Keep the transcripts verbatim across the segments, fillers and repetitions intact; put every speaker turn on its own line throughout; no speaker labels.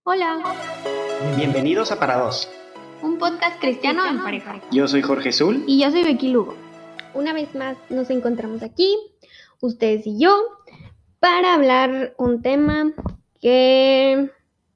Hola,
Bienvenidos a Para Dos.
un podcast cristiano en pareja.
Yo soy Jorge Zul.
Y yo soy Becky Lugo.
Una vez más nos encontramos aquí, ustedes y yo, para hablar un tema que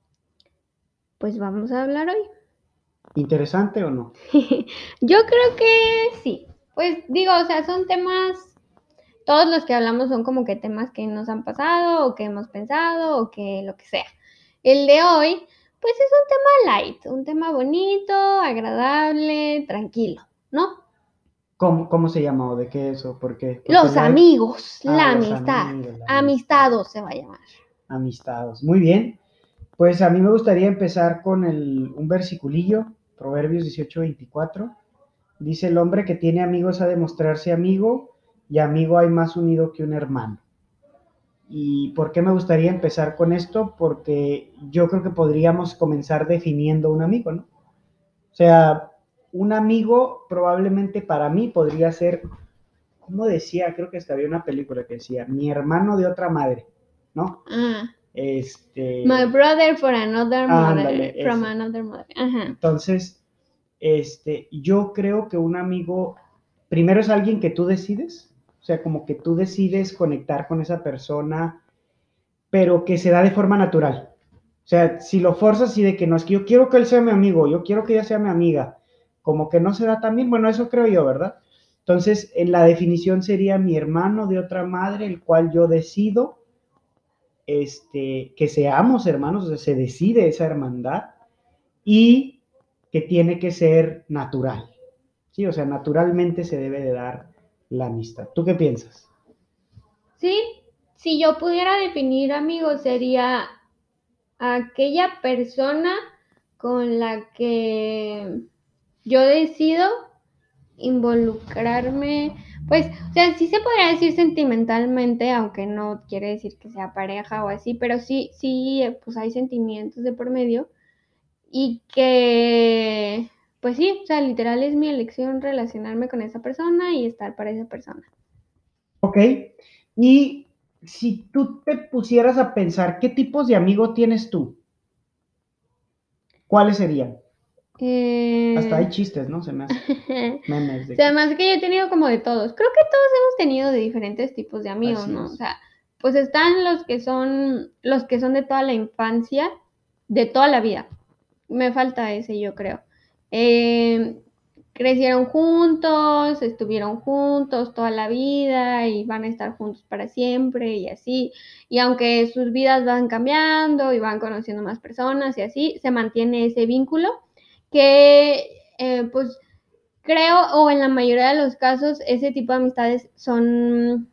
pues vamos a hablar hoy.
¿Interesante o no?
Yo creo que sí. Pues digo, o sea, son temas, todos los que hablamos son como que temas que nos han pasado o que hemos pensado o que lo que sea. El de hoy, pues es un tema light, un tema bonito, agradable, tranquilo, ¿no?
¿Cómo, cómo se llama o de qué es o por qué? Porque
Los
la-
amigos,
Ah,
la
los
amistad,
amigos, la
amistados se va a llamar.
Amistados. Muy bien. Pues a mí me gustaría empezar con el, un versiculillo, Proverbios dieciocho veinticuatro. Dice: el hombre que tiene amigos ha de mostrarse amigo, y amigo hay más unido que un hermano. ¿Y por qué me gustaría empezar con esto? Porque yo creo que podríamos comenzar definiendo un amigo, ¿no? O sea, un amigo probablemente para mí podría ser, ¿cómo decía? Creo que hasta había una película que decía, mi hermano de otra madre, ¿no?
Ah,
Este...
my brother for another mother,
Ándale,
from
ese.
another mother. Ajá.
Entonces, este, yo creo que un amigo, primero es alguien que tú decides, o sea, como que tú decides conectar con esa persona, pero que se da de forma natural. O sea, si lo forzas así de que no, es que yo quiero que él sea mi amigo, yo quiero que ella sea mi amiga, como que no se da tan bien, bueno, eso creo yo, ¿verdad? Entonces, en la definición sería mi hermano de otra madre, el cual yo decido este, que seamos hermanos, o sea, se decide esa hermandad y que tiene que ser natural, ¿sí? O sea, naturalmente se debe de dar la amistad. ¿Tú qué piensas?
Sí, si yo pudiera definir amigo sería aquella persona con la que yo decido involucrarme, pues, o sea, sí se podría decir sentimentalmente, aunque no quiere decir que sea pareja o así, pero sí, sí, eh, pues hay sentimientos de por medio y que, pues sí, o sea, literal es mi elección relacionarme con esa persona y estar para esa persona.
Ok, y si tú te pusieras a pensar, ¿qué tipos de amigos tienes tú? ¿Cuáles serían?
Eh...
Hasta hay chistes, ¿no? Se me hace memes
O
de
sea,
que...
además que yo he tenido como de todos. Creo que todos hemos tenido de diferentes tipos de amigos,
Así
¿no?
es.
O sea, pues están los que son, los que son de toda la infancia, de toda la vida. Me falta ese, yo creo. Eh, crecieron juntos, estuvieron juntos toda la vida y van a estar juntos para siempre y así. Y aunque sus vidas van cambiando y van conociendo más personas y así, se mantiene ese vínculo que, eh, pues, creo, o en la mayoría de los casos, ese tipo de amistades son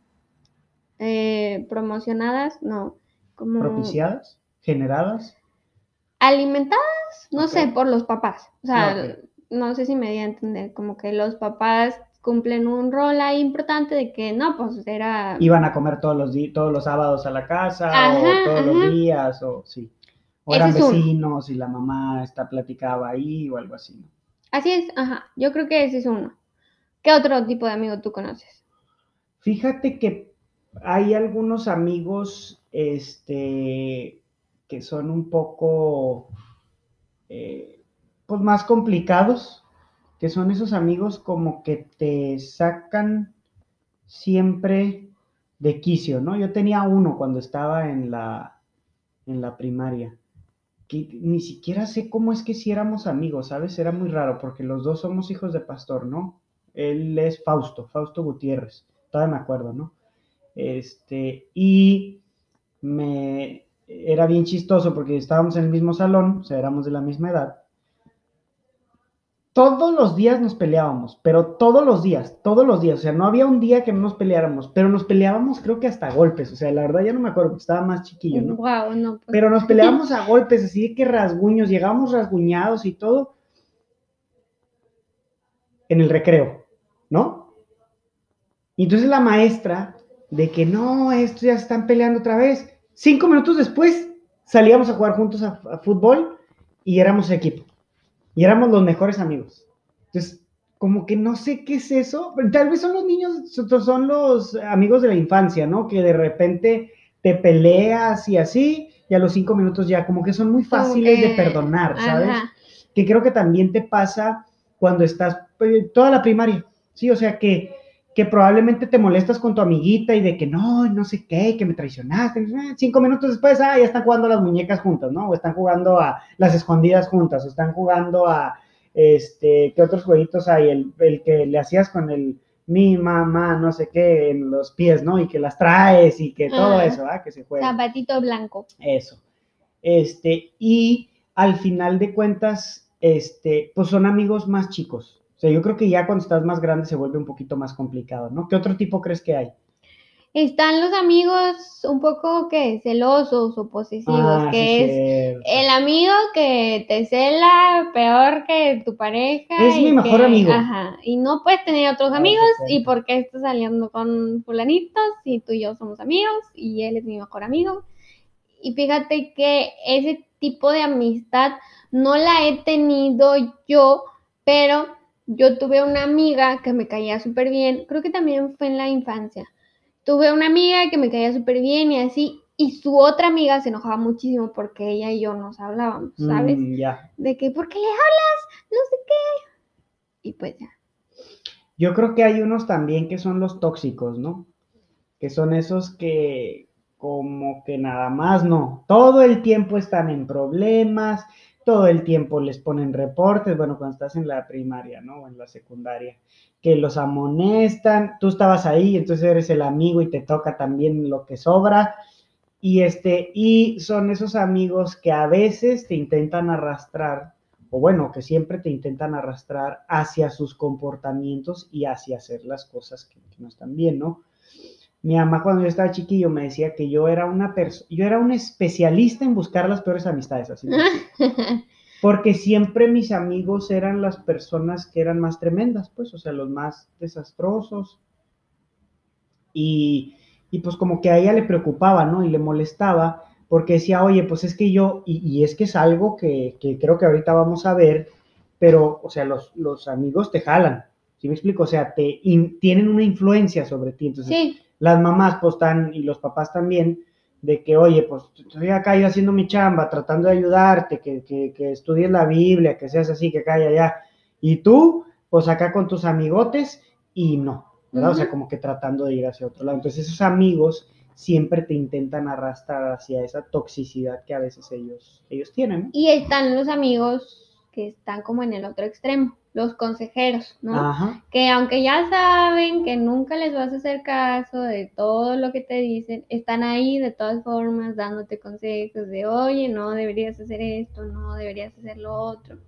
eh, promocionadas, no, como
¿Propiciadas? ¿Generadas?
alimentadas, no
Ok.
sé, por los papás. O sea,
Ok.
no sé si me di a entender, como que los papás cumplen un rol ahí importante de que no, pues era...
Iban a comer todos los di- todos los sábados a la casa,
Ajá,
o todos los
ajá,
días, o sí. O
ese
eran
es uno.
vecinos y la mamá está platicaba ahí o algo así, ¿no?
Así es, ajá, yo creo que ese es uno. ¿Qué otro tipo de amigo tú conoces?
Fíjate que hay algunos amigos, este, que son un poco, eh, pues más complicados, que son esos amigos como que te sacan siempre de quicio, ¿no? Yo tenía uno cuando estaba en la, en la primaria, que ni siquiera sé cómo es que si éramos amigos, ¿sabes? Era muy raro porque los dos somos hijos de pastor, ¿no? Él es Fausto, Fausto Gutiérrez, todavía me acuerdo, ¿no? Este, y me era bien chistoso porque estábamos en el mismo salón, o sea, éramos de la misma edad. Todos los días nos peleábamos, pero todos los días, todos los días, o sea, no había un día que no nos peleáramos, pero nos peleábamos creo que hasta golpes, o sea, la verdad ya no me acuerdo porque estaba más chiquillo, ¿no?
Wow, no, pues.
Pero nos peleábamos a golpes, así de que rasguños, llegábamos rasguñados y todo en el recreo, ¿no? Y entonces la maestra, de que no, estos ya se están peleando otra vez. Cinco minutos después salíamos a jugar juntos a, a fútbol y éramos equipo. Y éramos los mejores amigos. Entonces, como que no sé qué es eso. Tal vez son los niños, son los amigos de la infancia, ¿no? Que de repente te peleas y así, y a los cinco minutos ya, como que son muy
Como
fáciles
que-
de perdonar, ¿sabes?
Ajá.
Que creo que también te pasa cuando estás eh, toda la primaria, ¿sí? O sea, que, que probablemente te molestas con tu amiguita y de que no, no sé qué, que me traicionaste. Eh, Cinco minutos después, ah, ya están jugando a las muñecas juntas, ¿no? O están jugando a las escondidas juntas, o están jugando a, este, ¿qué otros jueguitos hay? El, el que le hacías con el mi mamá, no sé qué, en los pies, ¿no? Y que las traes y que todo
Ah,
eso, ¿ah? Que se juega.
Zapatito blanco.
Eso. Este, y al final de cuentas, este, pues son amigos más chicos. O sea, yo creo que ya cuando estás más grande se vuelve un poquito más complicado, ¿no? ¿Qué otro tipo crees que hay?
Están los amigos un poco que celosos o posesivos,
Ah, sí,
que es
cierto.
el amigo que te cela peor que tu pareja
Es mi
y
mejor
que,
amigo.
ajá, y no puedes tener otros
Haz de
amigos y
cuenta.
por qué estás saliendo con fulanitos y tú y yo somos amigos y él es mi mejor amigo. Y fíjate que ese tipo de amistad no la he tenido yo, pero yo tuve una amiga que me caía súper bien, creo que también fue en la infancia. Tuve una amiga que me caía súper bien y así, y su otra amiga se enojaba muchísimo porque ella y yo nos hablábamos, ¿sabes?
Mm, ya.
De que, ¿por qué le hablas? No sé qué. Y pues ya.
Yo creo que hay unos también que son los tóxicos, ¿no? Que son esos que como que nada más no, todo el tiempo están en problemas, todo el tiempo les ponen reportes, bueno, cuando estás en la primaria, ¿no? O en la secundaria, que los amonestan, tú estabas ahí, entonces eres el amigo y te toca también lo que sobra, y este, y son esos amigos que a veces te intentan arrastrar, o bueno, que siempre te intentan arrastrar hacia sus comportamientos y hacia hacer las cosas que, que no están bien, ¿no? Mi mamá cuando yo estaba chiquillo me decía que yo era una persona, yo era un especialista en buscar las peores amistades, así me decía. Porque siempre mis amigos eran las personas que eran más tremendas, pues, o sea, los más desastrosos. Y, y pues como que a ella le preocupaba, ¿no? Y le molestaba, porque decía, oye, pues es que yo, y, y es que es algo que, que, creo que ahorita vamos a ver, pero, o sea, los, los amigos te jalan, ¿sí me explico? O sea, te in, tienen una influencia sobre ti, entonces
Sí.
las mamás pues están, y los papás también, de que, oye, pues estoy acá yo haciendo mi chamba, tratando de ayudarte, que, que, que estudies la Biblia, que seas así, que acá y allá, y tú, pues acá con tus amigotes, y no, ¿verdad? Uh-huh. O sea, como que tratando de ir hacia otro lado. Entonces esos amigos siempre te intentan arrastrar hacia esa toxicidad que a veces ellos, ellos tienen, ¿no?
Y están los amigos que están como en el otro extremo, los consejeros, ¿no?
Ajá.
Que aunque ya saben que nunca les vas a hacer caso de todo lo que te dicen, están ahí de todas formas dándote consejos de, oye, no deberías hacer esto, no deberías hacer lo otro.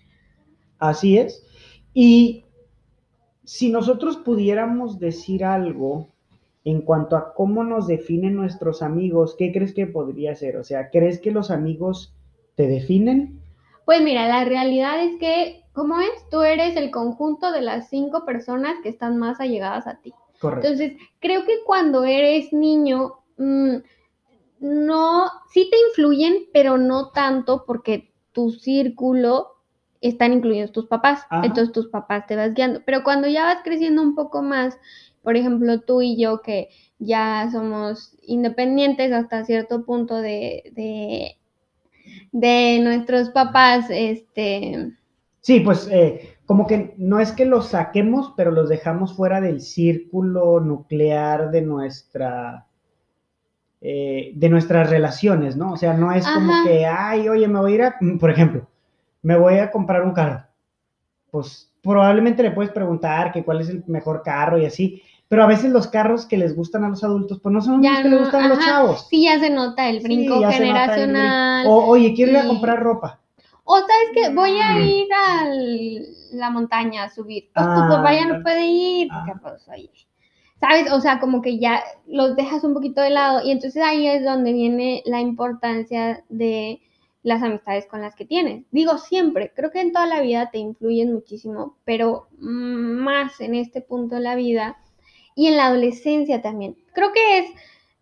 Así es. Y si nosotros pudiéramos decir algo en cuanto a cómo nos definen nuestros amigos, ¿qué crees que podría ser? O sea, ¿crees que los amigos te definen?
Pues mira, la realidad es que, ¿cómo es? Tú eres el conjunto de las cinco personas que están más allegadas a ti.
Correcto.
Entonces, creo que cuando eres niño, mmm, no, sí te influyen, pero no tanto porque tu círculo están incluidos tus papás. Ajá. Entonces tus papás te vas guiando. Pero cuando ya vas creciendo un poco más, por ejemplo, tú y yo que ya somos independientes hasta cierto punto de, de, de nuestros papás, este...
Sí, pues eh, como que no es que los saquemos, pero los dejamos fuera del círculo nuclear de nuestra... Eh, de nuestras relaciones, ¿no? O sea, no es como Ajá. que, ay, oye, me voy a ir a, por ejemplo, me voy a comprar un carro. Pues probablemente le puedes preguntar que cuál es el mejor carro y así, pero a veces los carros que les gustan a los adultos, pues no son los mismos que
no,
les gustan
ajá,
a los chavos.
Sí, ya se nota el brinco sí, generacional.
O, oye, quiero y... ir a comprar ropa.
O sabes que voy a ir a la montaña a subir. Pues ah, tu papá ya no puede ir, porque ah. pues oye. ¿Sabes? O sea, como que ya los dejas un poquito de lado y entonces ahí es donde viene la importancia de las amistades con las que tienes. Digo siempre, creo que en toda la vida te influyen muchísimo, pero más en este punto de la vida y en la adolescencia también. Creo que es,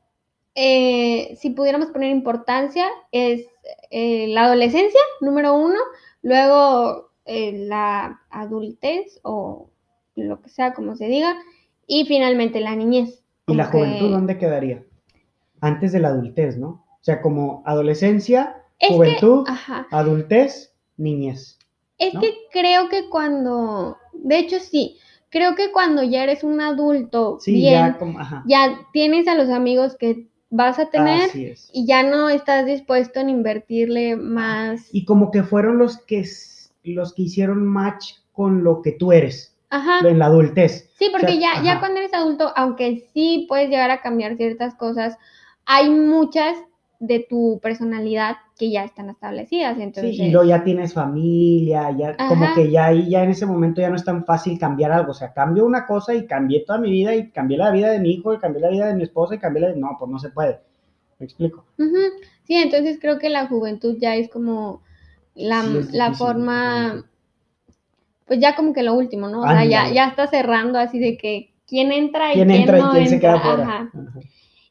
eh, si pudiéramos poner importancia, es eh, la adolescencia, número uno, luego eh, la adultez o lo que sea, como se diga, y finalmente la niñez.
¿Y la juventud que... dónde quedaría? Antes de la adultez, ¿no? O sea, como adolescencia,
Es que,
juventud,
ajá,
adultez, niñez.
es
¿no?
que creo que cuando, de hecho sí, creo que cuando ya eres un adulto
Sí,
bien,
ya como, ajá.
ya tienes a los amigos que vas a tener
Así es.
y ya no estás dispuesto en invertirle más.
Y como que fueron los que, s- los que hicieron match con lo que tú eres
Ajá,
en la adultez.
sí,
O
porque
sea,
ya, ya
ajá.
cuando eres adulto, aunque sí puedes llegar a cambiar ciertas cosas, hay muchas de tu personalidad que ya están establecidas,
Sí,
entonces,
y luego ya tienes familia, ya como
ajá,
que ya ahí, ya en ese momento ya no es tan fácil cambiar algo. O sea, cambio una cosa y cambié toda mi vida y cambié la vida de mi hijo y cambié la vida de mi esposa y cambié la de... No, pues no se puede. ¿Me explico?
ujú. Sí, entonces creo que la juventud ya es como la,
Sí, es
la
difícil. La
forma,
juventud.
pues ya como que lo último, ¿no? O sea, ya,
Ándale.
ya está cerrando así de que quién entra y
¿Quién
quién
entra y
no
quién se queda
entra,
afuera?
ajá.
Ajá.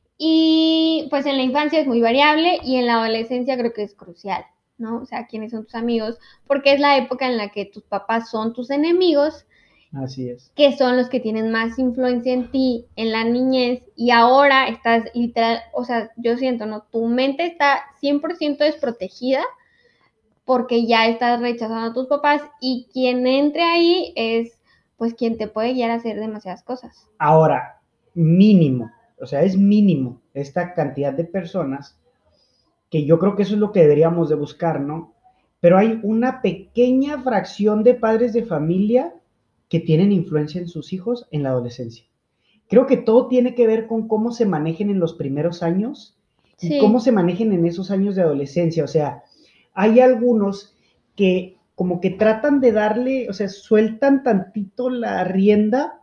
Y pues en la infancia es muy variable y en la adolescencia creo que es crucial, ¿no? O sea, quiénes son tus amigos, porque es la época en la que tus papás son tus enemigos,
Así es.
que son los que tienen más influencia en ti en la niñez y ahora estás literal, o sea, yo siento, ¿no? Tu mente está cien por ciento desprotegida porque ya estás rechazando a tus papás y quien entre ahí es pues quien te puede guiar a hacer demasiadas cosas.
Ahora, mínimo, o sea, es mínimo esta cantidad de personas que yo creo que eso es lo que deberíamos de buscar, ¿no? Pero hay una pequeña fracción de padres de familia que tienen influencia en sus hijos en la adolescencia. Creo que todo tiene que ver con cómo se manejen en los primeros años y cómo
Sí,
se manejen en esos años de adolescencia. O sea, hay algunos que como que tratan de darle, o sea, sueltan tantito la rienda,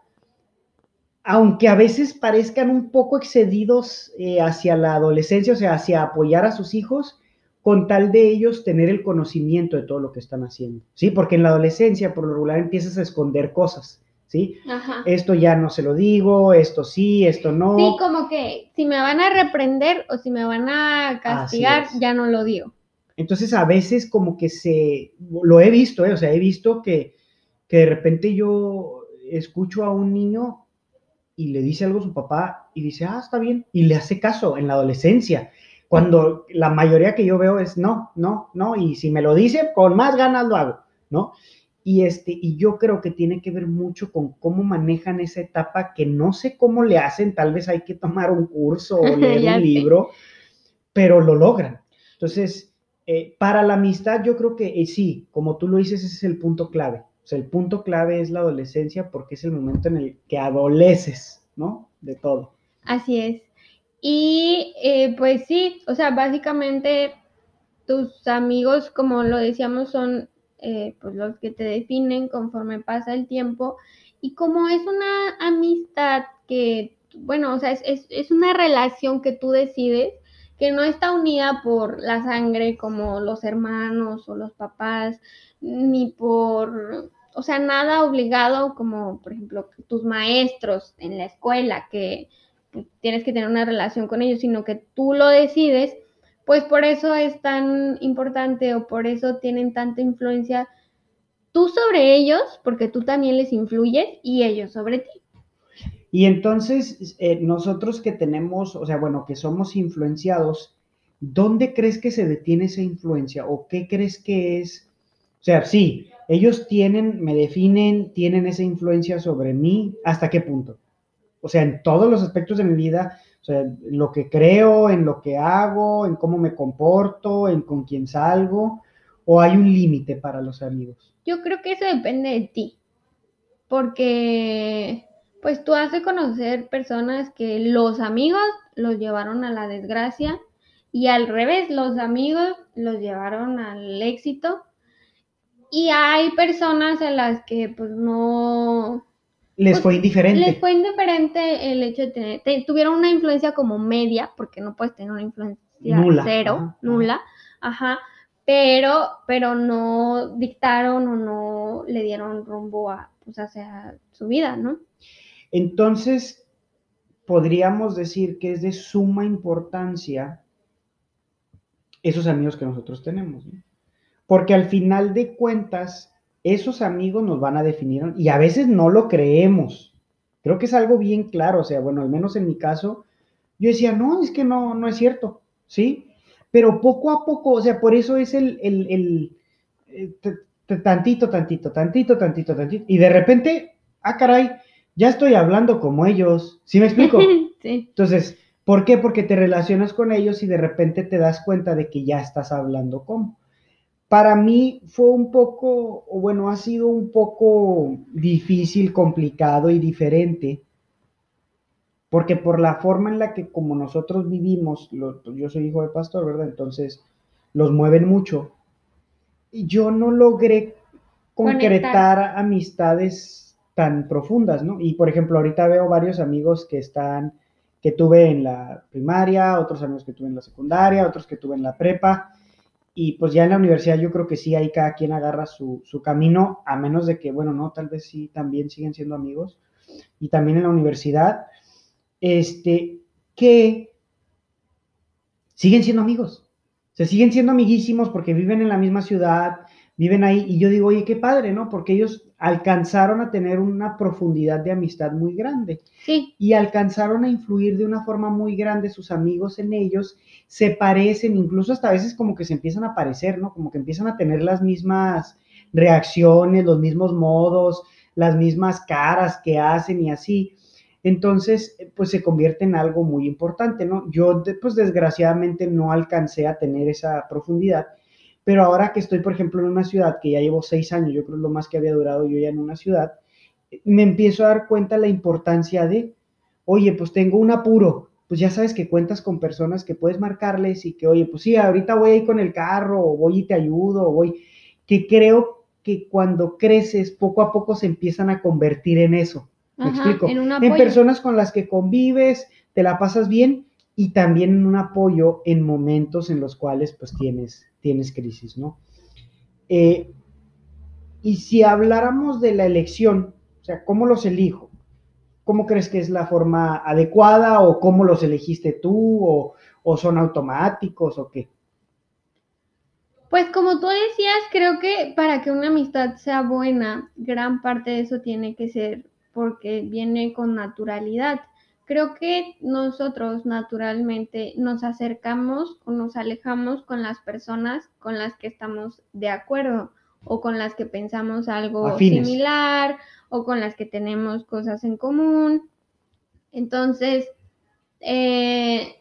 aunque a veces parezcan un poco excedidos eh, hacia la adolescencia, o sea, hacia apoyar a sus hijos, con tal de ellos tener el conocimiento de todo lo que están haciendo, ¿sí? Porque en la adolescencia, por lo regular, empiezas a esconder cosas, ¿sí?
ajá.
Esto ya no se lo digo, esto sí, esto no.
Sí, como que si me van a reprender o si me van a
Así
castigar,
es.
ya no lo digo.
Entonces, a veces como que se, lo he visto, ¿eh? O sea, he visto que, que de repente yo escucho a un niño y le dice algo a su papá y dice, ah, está bien, y le hace caso en la adolescencia, cuando la mayoría que yo veo es no, no, no, y si me lo dice, con más ganas lo hago, ¿no? Y, este, y yo creo que tiene que ver mucho con cómo manejan esa etapa, que no sé cómo le hacen, tal vez hay que tomar un curso o leer un
Ya sé.
libro, pero lo logran. Entonces, eh, para la amistad yo creo que eh, sí, como tú lo dices, ese es el punto clave. O sea, el punto clave es la adolescencia porque es el momento en el que adoleces, ¿no? De todo.
Así es. Y eh, pues sí, o sea, básicamente tus amigos, como lo decíamos, son eh, pues los que te definen conforme pasa el tiempo. Y como es una amistad que, bueno, o sea, es, es, es una relación que tú decides, que no está unida por la sangre como los hermanos o los papás, ni por, o sea, nada obligado como, por ejemplo, tus maestros en la escuela, que que tienes que tener una relación con ellos, sino que tú lo decides, pues por eso es tan importante o por eso tienen tanta influencia tú sobre ellos, porque tú también les influyes y ellos sobre ti.
Y entonces, eh, nosotros que tenemos, o sea, bueno, que somos influenciados, ¿dónde crees que se detiene esa influencia? ¿O qué crees que es? O sea, sí, ellos tienen, me definen, tienen esa influencia sobre mí, ¿hasta qué punto? O sea, en todos los aspectos de mi vida, o sea, en lo que creo, en lo que hago, en cómo me comporto, en con quién salgo, o hay un límite para los amigos.
Yo creo que eso depende de ti, porque pues tú has de conocer personas que los amigos los llevaron a la desgracia y al revés, los amigos los llevaron al éxito. Y hay personas a las que pues no,
Les
pues
fue
les
indiferente.
fue indiferente el hecho de tener, te- tuvieron una influencia como media, porque no puedes tener una influencia
Nula.
cero,
Ajá, ajá.
nula, ajá, pero, pero no dictaron o no le dieron rumbo a, pues hacia su vida, ¿no?
Entonces, podríamos decir que es de suma importancia esos amigos que nosotros tenemos, ¿no? Porque al final de cuentas, esos amigos nos van a definir y a veces no lo creemos. Creo que es algo bien claro, o sea, bueno, al menos en mi caso, yo decía, no, es que no, no es cierto, ¿sí? pero poco a poco, o sea, por eso es el, el, el, el t- t- tantito, tantito, tantito, tantito, tantito, y de repente, ah, caray, ya estoy hablando como ellos, ¿sí me explico?
Sí.
Entonces, ¿por qué? Porque te relacionas con ellos y de repente te das cuenta de que ya estás hablando como. Para mí fue un poco, o bueno, ha sido un poco difícil, complicado y diferente, porque por la forma en la que como nosotros vivimos, lo- yo soy hijo de pastor, ¿verdad? Entonces, los mueven mucho. Y yo no logré
Conectar.
concretar amistades tan profundas, ¿no? Y por ejemplo, ahorita veo varios amigos que están, que tuve en la primaria, otros amigos que tuve en la secundaria, otros que tuve en la prepa, y pues ya en la universidad yo creo que sí, ahí cada quien agarra su, su camino, a menos de que, bueno, no, tal vez sí también siguen siendo amigos, y también en la universidad, este, que siguen siendo amigos, se siguen siendo amiguísimos porque viven en la misma ciudad, viven ahí, y yo digo, oye, qué padre, ¿no? Porque ellos alcanzaron a tener una profundidad de amistad muy grande
Sí.
y alcanzaron a influir de una forma muy grande sus amigos en ellos, se parecen, incluso hasta a veces como que se empiezan a parecer, ¿no? Como que empiezan a tener las mismas reacciones, los mismos modos, las mismas caras que hacen y así. Entonces, pues se convierte en algo muy importante, ¿no? Yo, pues desgraciadamente no alcancé a tener esa profundidad, pero ahora que estoy, por ejemplo, en una ciudad que ya llevo seis años, yo creo es lo más que había durado yo ya en una ciudad, me empiezo a dar cuenta la importancia de, oye, pues tengo un apuro, pues ya sabes que cuentas con personas que puedes marcarles y que, oye, pues sí, ahorita voy a ir con el carro, o voy y te ayudo, o voy, que creo que cuando creces, poco a poco se empiezan a convertir en eso. ¿Me
Ajá,
explico?
en un
En
apoyo.
personas con las que convives, te la pasas bien y también en un apoyo en momentos en los cuales pues tienes, tienes crisis, ¿no? Eh, y si habláramos de la elección, o sea, ¿cómo los elijo? ¿Cómo crees que es la forma adecuada o cómo los elegiste tú o, o son automáticos o qué?
Pues como tú decías, creo que para que una amistad sea buena, gran parte de eso tiene que ser porque viene con naturalidad. Creo que nosotros naturalmente nos acercamos o nos alejamos con las personas con las que estamos de acuerdo o con las que pensamos algo
Afines.
similar o con las que tenemos cosas en común. Entonces, eh,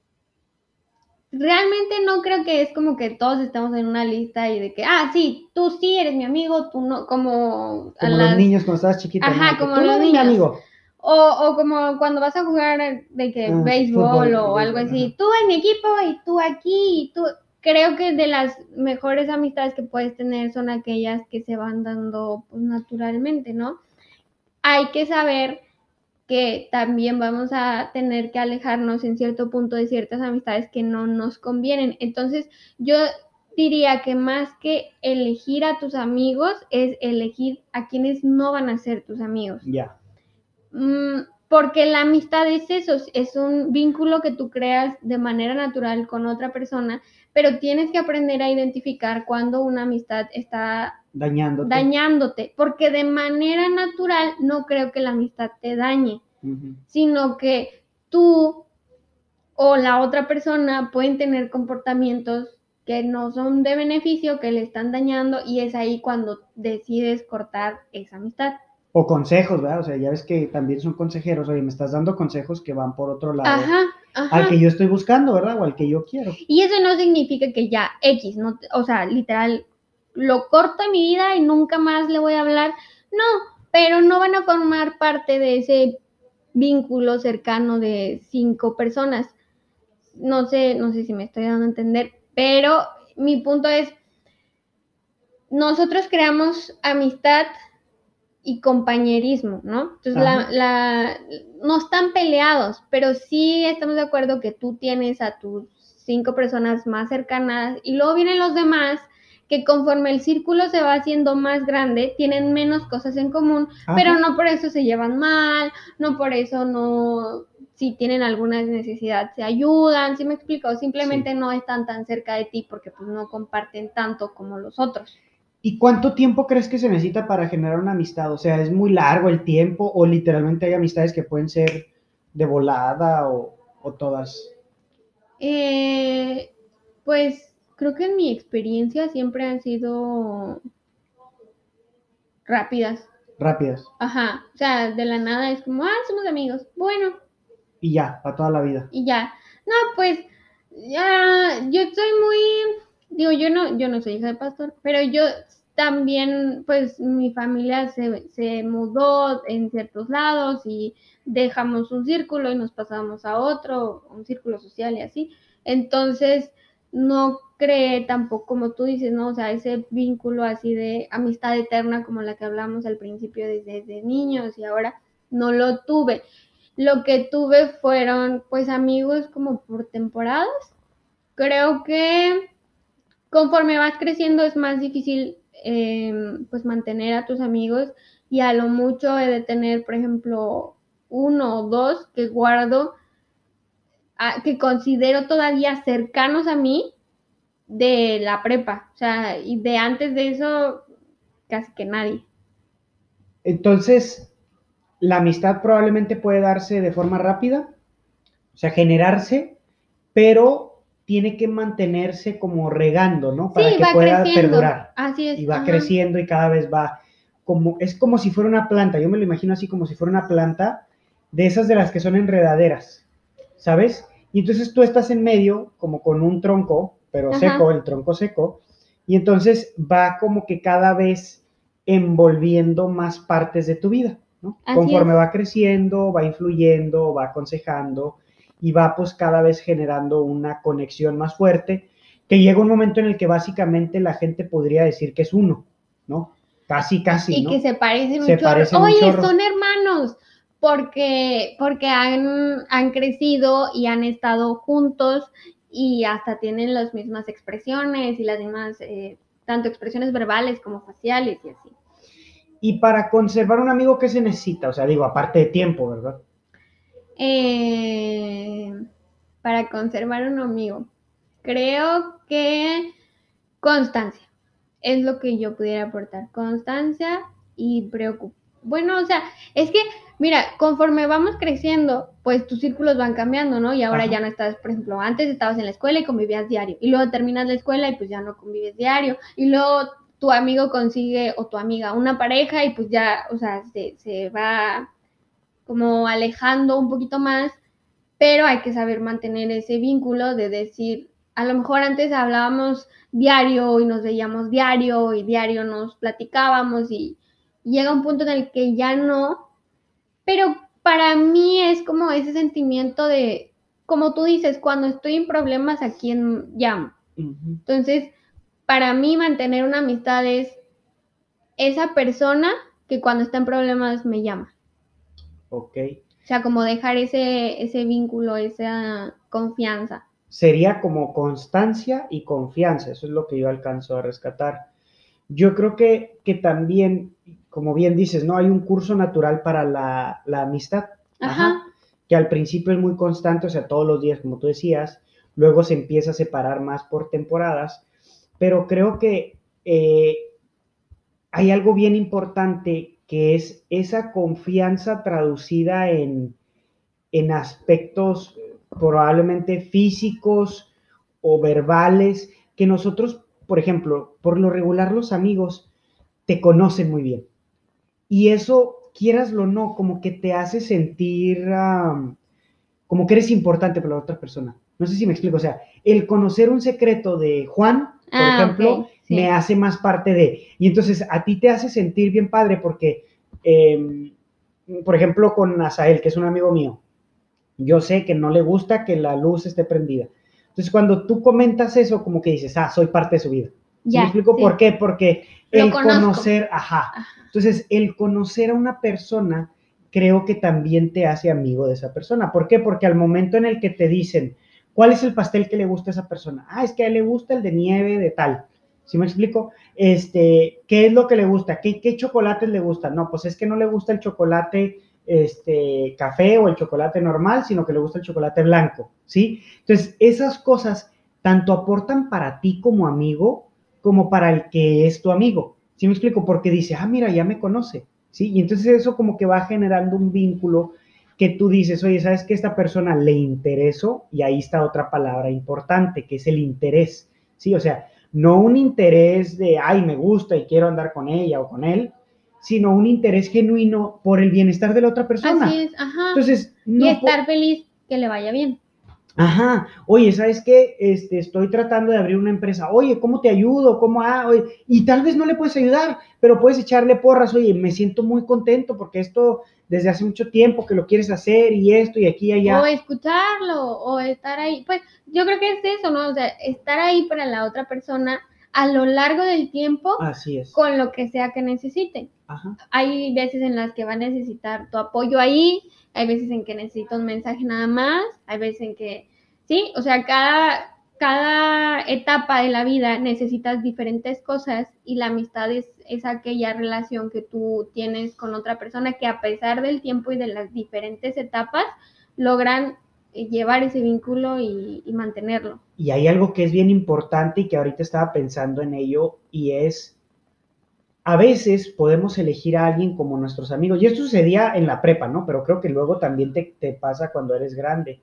realmente no creo que es como que todos estamos en una lista y de que, ah, sí, tú sí eres mi amigo, tú no, como a
Como los
las...
niños cuando estabas chiquita, ¿no?
Ajá,
De que
como
tú no
los
eres mi
niños.
amigo.
O, o como cuando vas a jugar de que
Ah,
béisbol
fútbol y
o algo
béisbol, ajá.
así, tú en mi equipo y tú aquí y tú... Creo que de las mejores amistades que puedes tener son aquellas que se van dando pues, naturalmente, ¿no? Hay que saber que también vamos a tener que alejarnos en cierto punto de ciertas amistades que no nos convienen. Entonces, yo diría que más que elegir a tus amigos, es elegir a quienes no van a ser tus amigos.
Ya.
Mm, porque la amistad es eso, es un vínculo que tú creas de manera natural con otra persona, pero tienes que aprender a identificar cuando una amistad está
Dañándote.
dañándote, porque de manera natural no creo que la amistad te dañe,
Ujú.
sino que tú o la otra persona pueden tener comportamientos que no son de beneficio, que le están dañando y es ahí cuando decides cortar esa amistad.
O consejos, ¿verdad? O sea, ya ves que también son consejeros, oye, me estás dando consejos que van por otro lado
Ajá,
al
ajá.
que yo estoy buscando, ¿verdad? O al que yo quiero.
Y eso no significa que ya X, no, o sea, literal, lo corto en mi vida y nunca más le voy a hablar. No, pero no van a formar parte de ese vínculo cercano de cinco personas. No sé, no sé si me estoy dando a entender, pero mi punto es, nosotros creamos amistad y compañerismo, ¿no? Entonces, la,
Ajá.
la, no están peleados, pero sí estamos de acuerdo que tú tienes a tus cinco personas más cercanas y luego vienen los demás que conforme el círculo se va haciendo más grande, tienen menos cosas en común,
Ajá.
pero no por eso se llevan mal, no por eso no, si tienen alguna necesidad se ayudan, ¿sí me explico? Simplemente
Sí.
no están tan cerca de ti porque pues no comparten tanto como los otros.
¿Y cuánto tiempo crees que se necesita para generar una amistad? O sea, ¿es muy largo el tiempo o literalmente hay amistades que pueden ser de volada o, o todas?
Eh, Pues creo que en mi experiencia siempre han sido rápidas.
Rápidas.
Ajá, o sea, de la nada es como, ah, somos amigos. Bueno,
Y ya, para toda la vida.
y ya. No, pues, ya, yo estoy muy, digo, yo no, yo no soy hija de pastor, pero yo también, pues, mi familia se, se mudó en ciertos lados y dejamos un círculo y nos pasamos a otro, un círculo social y así. Entonces, no creé tampoco, como tú dices, ¿no? O sea, ese vínculo así de amistad eterna como la que hablamos al principio desde, desde niños y ahora no lo tuve. Lo que tuve fueron pues amigos como por temporadas. Creo que conforme vas creciendo es más difícil eh, pues mantener a tus amigos y a lo mucho he de tener, por ejemplo, uno o dos que guardo, a, que considero todavía cercanos a mí de la prepa. O sea, y de antes de eso casi que nadie.
Entonces, la amistad probablemente puede darse de forma rápida, o sea, generarse, pero tiene que mantenerse como regando, ¿no? Para
Sí,
que
va
pueda
creciendo.
perdurar.
Así es.
Y va
Ajá.
creciendo y cada vez va como, es como si fuera una planta, yo me lo imagino así como si fuera una planta de esas de las que son enredaderas, ¿sabes? Y entonces tú estás en medio como con un tronco, pero
Ajá.
seco, el tronco seco, y entonces va como que cada vez envolviendo más partes de tu vida, ¿no?
Así
Conforme
es.
va creciendo, va influyendo, va aconsejando y va pues cada vez generando una conexión más fuerte, que llega un momento en el que básicamente la gente podría decir que es uno, ¿no? Casi, casi,
Y
¿no?
que se parecen
Se
un chorro.
parecen un
Oye,
chorro.
son hermanos, porque, porque han, han crecido y han estado juntos y hasta tienen las mismas expresiones y las mismas, eh, tanto expresiones verbales como faciales y así.
Y para conservar un amigo, ¿qué se necesita? O sea, digo, aparte de tiempo, ¿verdad?
Eh, para conservar un amigo, creo que constancia es lo que yo pudiera aportar. Constancia y preocupación. Bueno, o sea, es que, mira, conforme vamos creciendo, pues tus círculos van cambiando, ¿no? Y ahora
Ajá.
ya no estás, por ejemplo, antes estabas en la escuela y convivías diario. Y luego terminas la escuela y pues ya no convives diario. Y luego tu amigo consigue o tu amiga una pareja y pues ya, o sea, se, se va como alejando un poquito más, pero hay que saber mantener ese vínculo de decir, a lo mejor antes hablábamos diario y nos veíamos diario y diario nos platicábamos y, y llega un punto en el que ya no, pero para mí es como ese sentimiento de, como tú dices, cuando estoy en problemas, ¿a quién llamo?
Uh-huh.
Entonces, para mí mantener una amistad es esa persona que cuando está en problemas me llama.
Ok.
O sea, como dejar ese, ese vínculo, esa confianza.
Sería como constancia y confianza, eso es lo que yo alcanzo a rescatar. Yo creo que, que también, como bien dices, ¿no? Hay un curso natural para la, la amistad.
Ajá.
Ajá. Que al principio es muy constante, o sea, todos los días, como tú decías, luego se empieza a separar más por temporadas, pero creo que eh, hay algo bien importante que es esa confianza traducida en, en aspectos probablemente físicos o verbales, que nosotros, por ejemplo, por lo regular los amigos te conocen muy bien. Y eso, quieraslo o no, como que te hace sentir um, como que eres importante para la otra persona. No sé si me explico, o sea, el conocer un secreto de Juan, por
Ah,
ejemplo,
ok, sí.
me hace más parte de, y entonces a ti te hace sentir bien padre porque, eh, por ejemplo, con Asael, que es un amigo mío, yo sé que no le gusta que la luz esté prendida. Entonces, cuando tú comentas eso, como que dices, ah, soy parte de su vida. ¿Sí
Ya,
me explico
sí.
por qué? Porque
Lo
el
conozco.
conocer, ajá.
Ajá.
Entonces, el conocer a una persona, creo que también te hace amigo de esa persona. ¿Por qué? Porque al momento en el que te dicen, ¿cuál es el pastel que le gusta a esa persona? Ah, es que a él le gusta el de nieve de tal. ¿Sí me explico? Este, ¿qué es lo que le gusta? ¿Qué, qué chocolates le gustan? No, pues es que no le gusta el chocolate este, café o el chocolate normal, sino que le gusta el chocolate blanco, ¿sí? Entonces, esas cosas tanto aportan para ti como amigo, como para el que es tu amigo. ¿Sí me explico? Porque dice, ah, mira, ya me conoce, ¿sí? Y entonces eso como que va generando un vínculo que tú dices, oye, ¿sabes qué? Esta persona le interesó, y ahí está otra palabra importante, que es el interés, ¿sí? O sea, no un interés de, ay, me gusta y quiero andar con ella o con él, sino un interés genuino por el bienestar de la otra persona.
Así es, ajá.
Entonces, no
y estar feliz que le vaya bien.
Ajá, oye, ¿sabes qué? Este, estoy tratando de abrir una empresa. Oye, ¿cómo te ayudo? ¿Cómo? Ah, oye, y tal vez no le puedes ayudar, pero puedes echarle porras. Oye, me siento muy contento porque esto desde hace mucho tiempo que lo quieres hacer y esto y aquí y allá.
O escucharlo, o estar ahí. Pues yo creo que es eso, ¿no? O sea, estar ahí para la otra persona a lo largo del tiempo.
Así es.
Con lo que sea que necesiten.
Ajá.
Hay veces en las que va a necesitar tu apoyo ahí, hay veces en que necesita un mensaje nada más, hay veces en que, sí, o sea, cada, cada etapa de la vida necesitas diferentes cosas y la amistad es, es aquella relación que tú tienes con otra persona que a pesar del tiempo y de las diferentes etapas logran llevar ese vínculo y, y mantenerlo.
Y hay algo que es bien importante y que ahorita estaba pensando en ello y es, a veces podemos elegir a alguien como nuestros amigos, y esto sucedía en la prepa, ¿no? Pero creo que luego también te, te pasa cuando eres grande,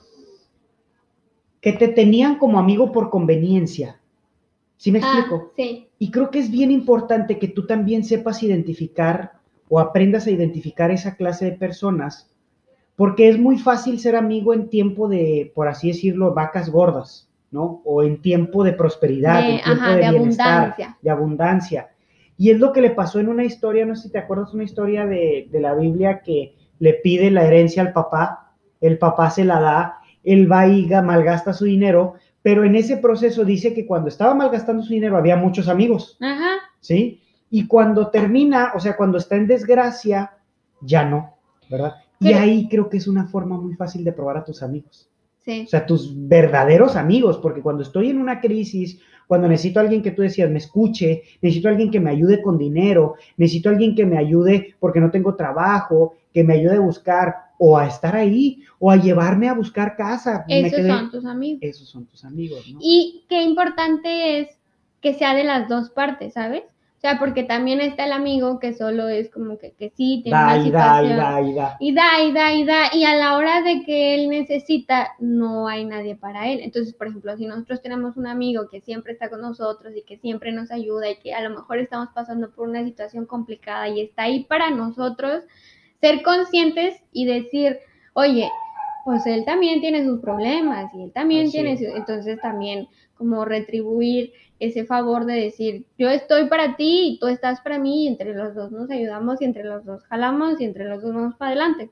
que te tenían como amigo por conveniencia. ¿Sí me explico?
Ah, sí.
Y creo que es bien importante que tú también sepas identificar o aprendas a identificar esa clase de personas, porque es muy fácil ser amigo en tiempo de, por así decirlo, vacas gordas, ¿no? O en tiempo de prosperidad,
de,
en tiempo
ajá,
de,
de
bienestar,
abundancia.
de abundancia. Y es lo que le pasó en una historia, no sé si te acuerdas, una historia de, de la Biblia que le pide la herencia al papá, el papá se la da, él va y malgasta su dinero, pero en ese proceso dice que cuando estaba malgastando su dinero había muchos amigos,
Ajá.
¿sí? Y cuando termina, o sea, cuando está en desgracia, ya no, ¿verdad? Y ahí creo que es una forma muy fácil de probar a tus amigos.
Sí.
O sea, tus verdaderos amigos, porque cuando estoy en una crisis, cuando necesito a alguien que tú decías me escuche, necesito a alguien que me ayude con dinero, necesito a alguien que me ayude porque no tengo trabajo, que me ayude a buscar o a estar ahí o a llevarme a buscar casa.
Esos
me quedé,
son tus amigos.
Esos son tus amigos, ¿no?
Y qué importante es que sea de las dos partes, ¿sabes? O sea, porque también está el amigo que solo es como que, que sí, tiene
da,
una
y
situación.
Da, y da,
y da. Y da, y da, y da. Y a la hora de que él necesita, no hay nadie para él. Entonces, por ejemplo, si nosotros tenemos un amigo que siempre está con nosotros y que siempre nos ayuda y que a lo mejor estamos pasando por una situación complicada y está ahí para nosotros, ser conscientes y decir, oye, pues él también tiene sus problemas y él también
Así
tiene,
es.
su, entonces también como retribuir ese favor de decir, yo estoy para ti y tú estás para mí y entre los dos nos ayudamos y entre los dos jalamos y entre los dos vamos para adelante.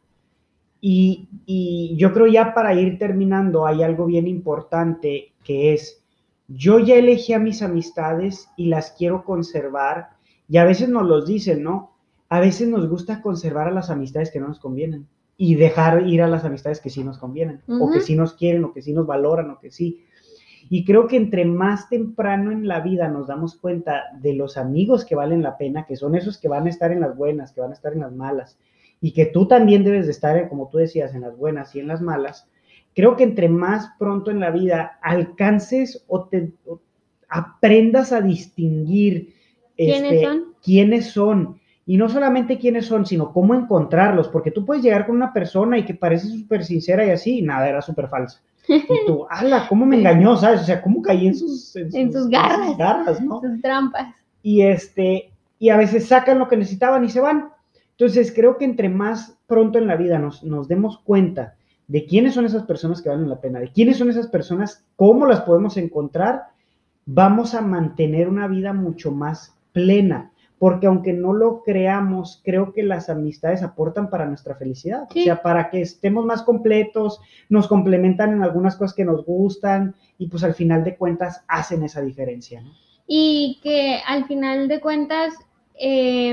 Y, y yo creo ya para ir terminando hay algo bien importante que es, yo ya elegí a mis amistades y las quiero conservar y a veces nos los dicen, ¿no? A veces nos gusta conservar a las amistades que no nos convienen y dejar ir a las amistades que sí nos convienen, uh-huh. o que sí nos quieren, o que sí nos valoran, o que sí. Y creo que entre más temprano en la vida nos damos cuenta de los amigos que valen la pena, que son esos que van a estar en las buenas, que van a estar en las malas, y que tú también debes de estar, como tú decías, en las buenas y en las malas, creo que entre más pronto en la vida alcances o, te, o aprendas a distinguir
¿Quiénes
este,
son?
quiénes son, y no solamente quiénes son, sino cómo encontrarlos, porque tú puedes llegar con una persona y que parece súper sincera y así, y nada, era súper falsa. Y tú, ala, ¿cómo me engañó? ¿Sabes? O sea, ¿cómo caí en sus, en sus,
en sus garras,
en sus garras, ¿no?
Sus trampas.
Y, este, y a veces sacan lo que necesitaban y se van. Entonces, creo que entre más pronto en la vida nos, nos demos cuenta de quiénes son esas personas que valen la pena, de quiénes son esas personas, cómo las podemos encontrar, vamos a mantener una vida mucho más plena. Porque aunque no lo creamos, creo que las amistades aportan para nuestra felicidad. Sí. O sea, para que estemos más completos, nos complementan en algunas cosas que nos gustan y pues al final de cuentas hacen esa diferencia, ¿no?
Y que al final de cuentas, eh,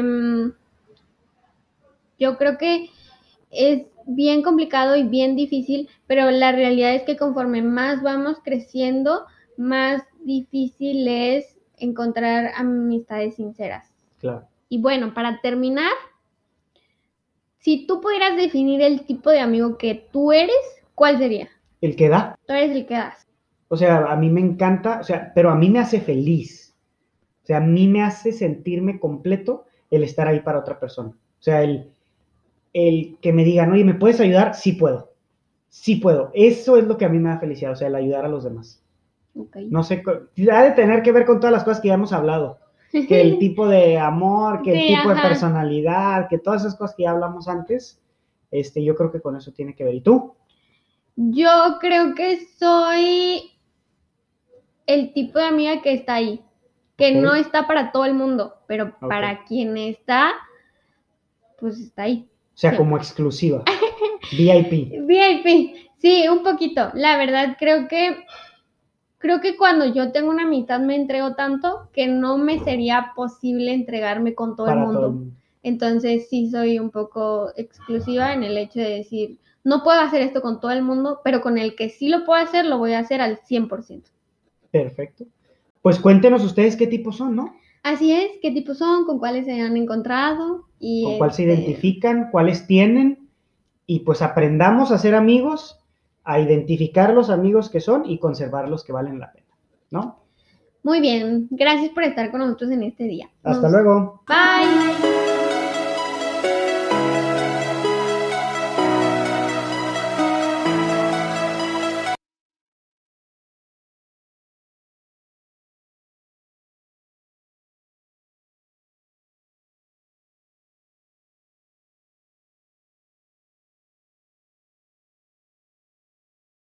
yo creo que es bien complicado y bien difícil, pero la realidad es que conforme más vamos creciendo, más difícil es encontrar amistades sinceras.
Claro.
Y bueno, para terminar, si tú pudieras definir el tipo de amigo que tú eres, ¿cuál sería?
El que da.
Tú eres el que das.
O sea, a mí me encanta, o sea, pero a mí me hace feliz. O sea, a mí me hace sentirme completo el estar ahí para otra persona. O sea, el, el que me digan, oye, ¿me puedes ayudar? Sí puedo, sí puedo. Eso es lo que a mí me da felicidad, o sea, el ayudar a los demás.
Okay.
No sé, ha de tener que ver con todas las cosas que ya hemos hablado, que el tipo de amor, que
Sí,
el tipo
ajá.
de personalidad, que todas esas cosas que ya hablamos antes, este, yo creo que con eso tiene que ver. ¿Y tú?
Yo creo que soy el tipo de amiga que está ahí, que
Ok.
no está para todo el mundo, pero
Ok.
para quien está, pues está ahí.
O sea,
Siempre.
como exclusiva, V I P.
V I P, sí, un poquito. La verdad, creo que creo que cuando yo tengo una amistad me entrego tanto que no me sería posible entregarme con todo el
Para
mundo.
todo el mundo.
Entonces sí soy un poco exclusiva en el hecho de decir, no puedo hacer esto con todo el mundo, pero con el que sí lo puedo hacer, lo voy a hacer al cien por ciento.
Perfecto. Pues cuéntenos ustedes qué tipos son, ¿no?
Así es, qué tipos son, con cuáles se han encontrado y
Con cuál se
este,
identifican, cuáles tienen, y pues aprendamos a ser amigos, a identificar los amigos que son y conservar los que valen la pena, ¿no?
Muy bien, gracias por estar con nosotros en este día.
Hasta
Nos...
luego.
Bye.